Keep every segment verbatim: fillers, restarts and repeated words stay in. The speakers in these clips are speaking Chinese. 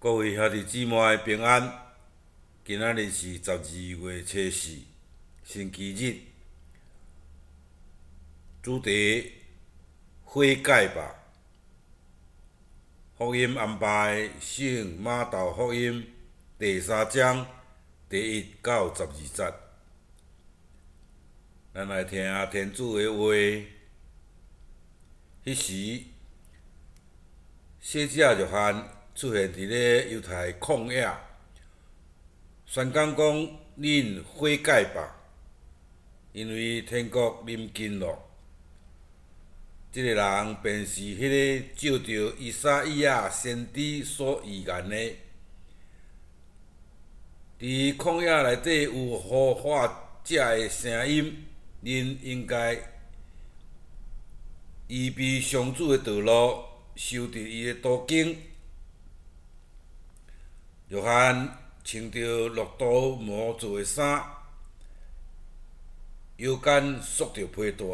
各位兄弟姊妹平安，今仔日是十二月初四，星期日，主题悔改吧。福音安排圣马窦福音第三章第一到十二节，咱来听天主的话。迄时，洗者约翰出现伫咧犹太旷野，宣讲讲：恁悔改吧，因为天国临近咯。即个人便是迄个照着以赛亚先知所预言的，伫旷野内底有呼唤者的声音，恁应该预备上主的道路，修直伊的途径。约翰穿着骆驼毛做的衫，腰间束着皮带，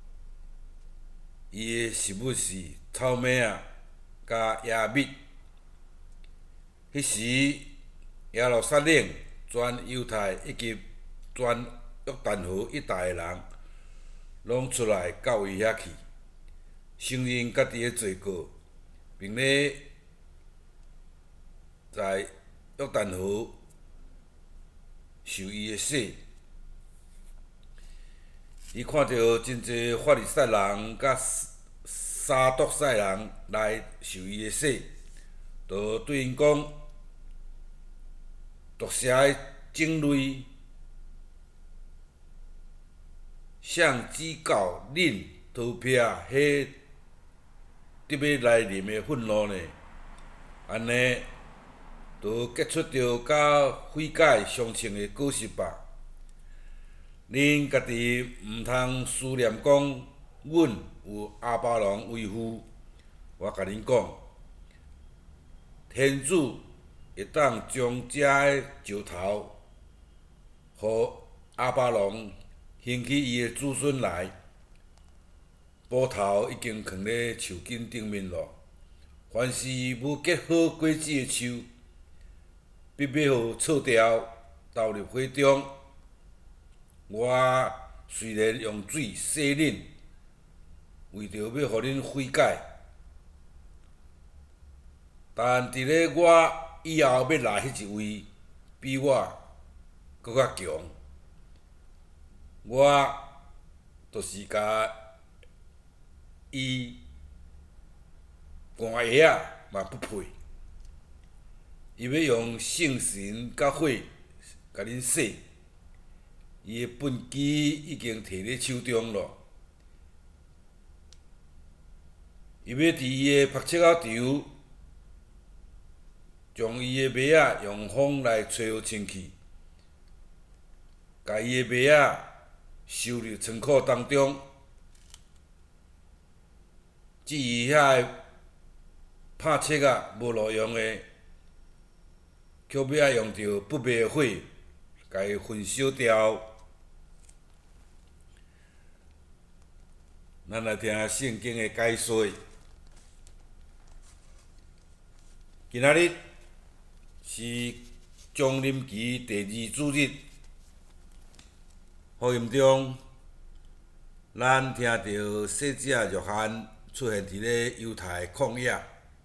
伊的食物是草莓仔甲野蜜。迄时，耶路撒冷、全犹太以及全约旦河一带的人，拢出来到伊遐去，承认家己的罪过，并咧在约旦河受伊的洗。伊看到真侪法利赛人甲撒督赛人来受伊的洗，就对因讲：毒蛇的种类，谁指教恁投撇迄得要来临的愤怒呢？安尼，就结出着甲悔改相称的果实吧。恁家己毋通思念讲，阮有亚巴郎为父。我甲恁讲，天主会当将遮个石头，互亚巴郎兴起伊的子孙来。埔头已经囥咧树根顶面咯。凡是无结好果子的树，必要互错掉，投入火中。我虽然用水洗恁，为着要互恁悔改，但伫咧我以后要来迄一位，比我搁较强。我就是甲伊汗鞋仔嘛不配。伊要用圣神甲火甲恁洗。伊的粪基已经摕咧手中咯，伊要伫伊的目册仔头，将伊的麦仔用风来吹互清气，甲伊的麦仔收入仓库当中。至于遐个拍册仔无路用的，却要爱用着不灭的火，甲伊焚烧掉。咱来听圣经的解说。今仔日是降临期第二主日，福音中，咱听到洗者约翰出现伫咧犹太旷野，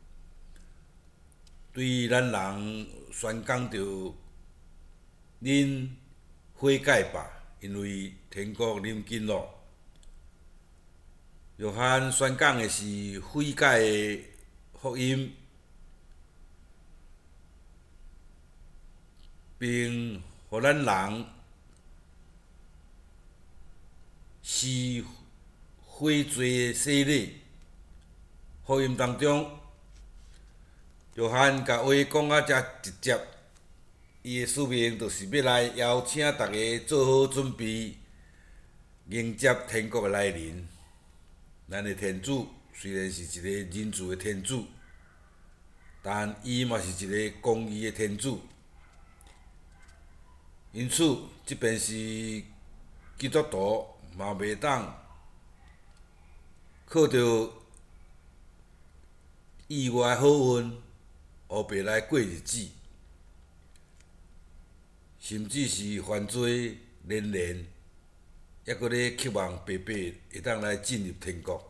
对咱人宣讲着：恁悔改吧，因为天国临近咯。约翰宣讲的是悔改的福音，并互咱人施悔罪的洗礼。福音当中，约翰甲话讲啊遮直接，伊的使命就是要来邀请大家做好准备，迎接天国的来临。咱的天主虽然是一个仁慈的天主，但伊嘛是一个公义的天主。因此，即便是基督徒嘛袂当靠着意外好运黑白来过日子，甚至是犯罪连连，抑搁咧渴望白白会当来进入天国。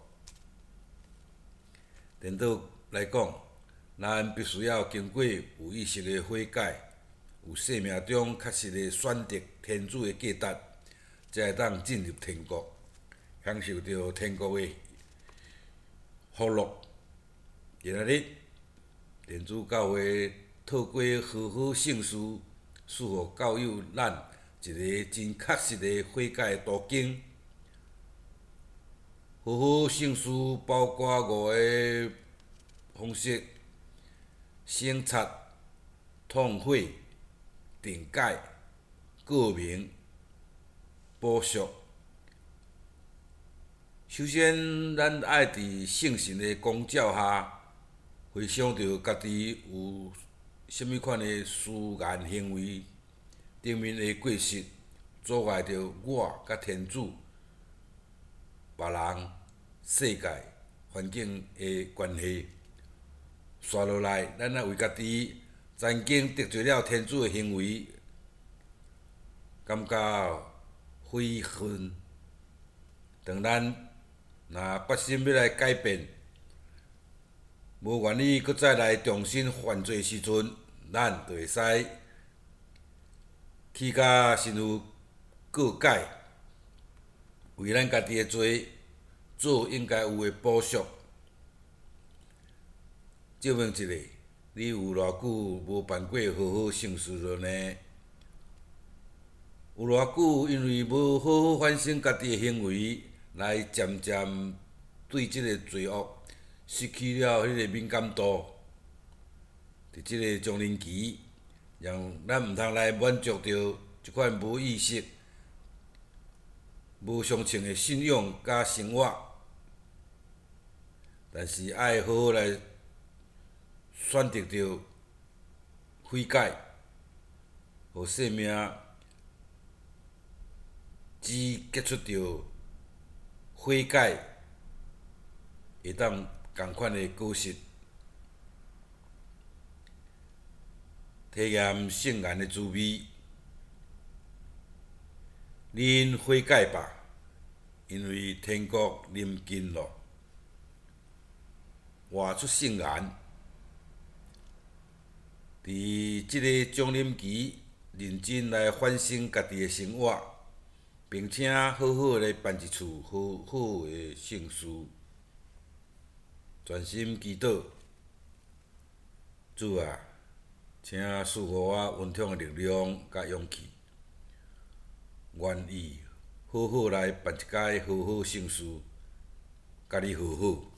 颠倒来讲，咱必须要经过有意识的悔改，有生命中确实的选择天主的价值，才会当进入天国，享受到天国的福乐。今仔日天主教会透过和好圣事，赐予教友咱一个真确实的悔改途径。和好圣事包括五个方式：省察、痛悔、定改、告明、补赎。首先，咱爱伫圣神的光照下，回想着家己有啥物款的思言行为顶面的过失，阻碍着我甲天主、别人、世界、环境的关系。刷落来，咱要为家己曾经得罪了天主的行为，感觉悔恨。当咱若决心要来改变，无愿意搁再来重新犯罪时阵，咱就会使去甲神父告解，为咱家己的罪做应该有的补赎。借问一下，你有偌久无办过和好圣事了呢？有偌久因为无好好反省家己的行为，来渐渐对即个罪恶失去了迄个敏感度？伫即个将临期，让咱毋通来满足着一款无意识、无相称的信仰甲生活，但是爱好好来选择着悔改，互生命只结出着悔改会当共款的果实。体验圣言的滋味，恁悔改吧，因为天国临近咯。活出圣言，伫即个将临期，认真来反省家己的生活，并且好好来办一次好好的圣事，专心祈祷。主啊，请赐予我稳妥的力量甲勇气，愿意好好来办一届好好圣事，甲你和好。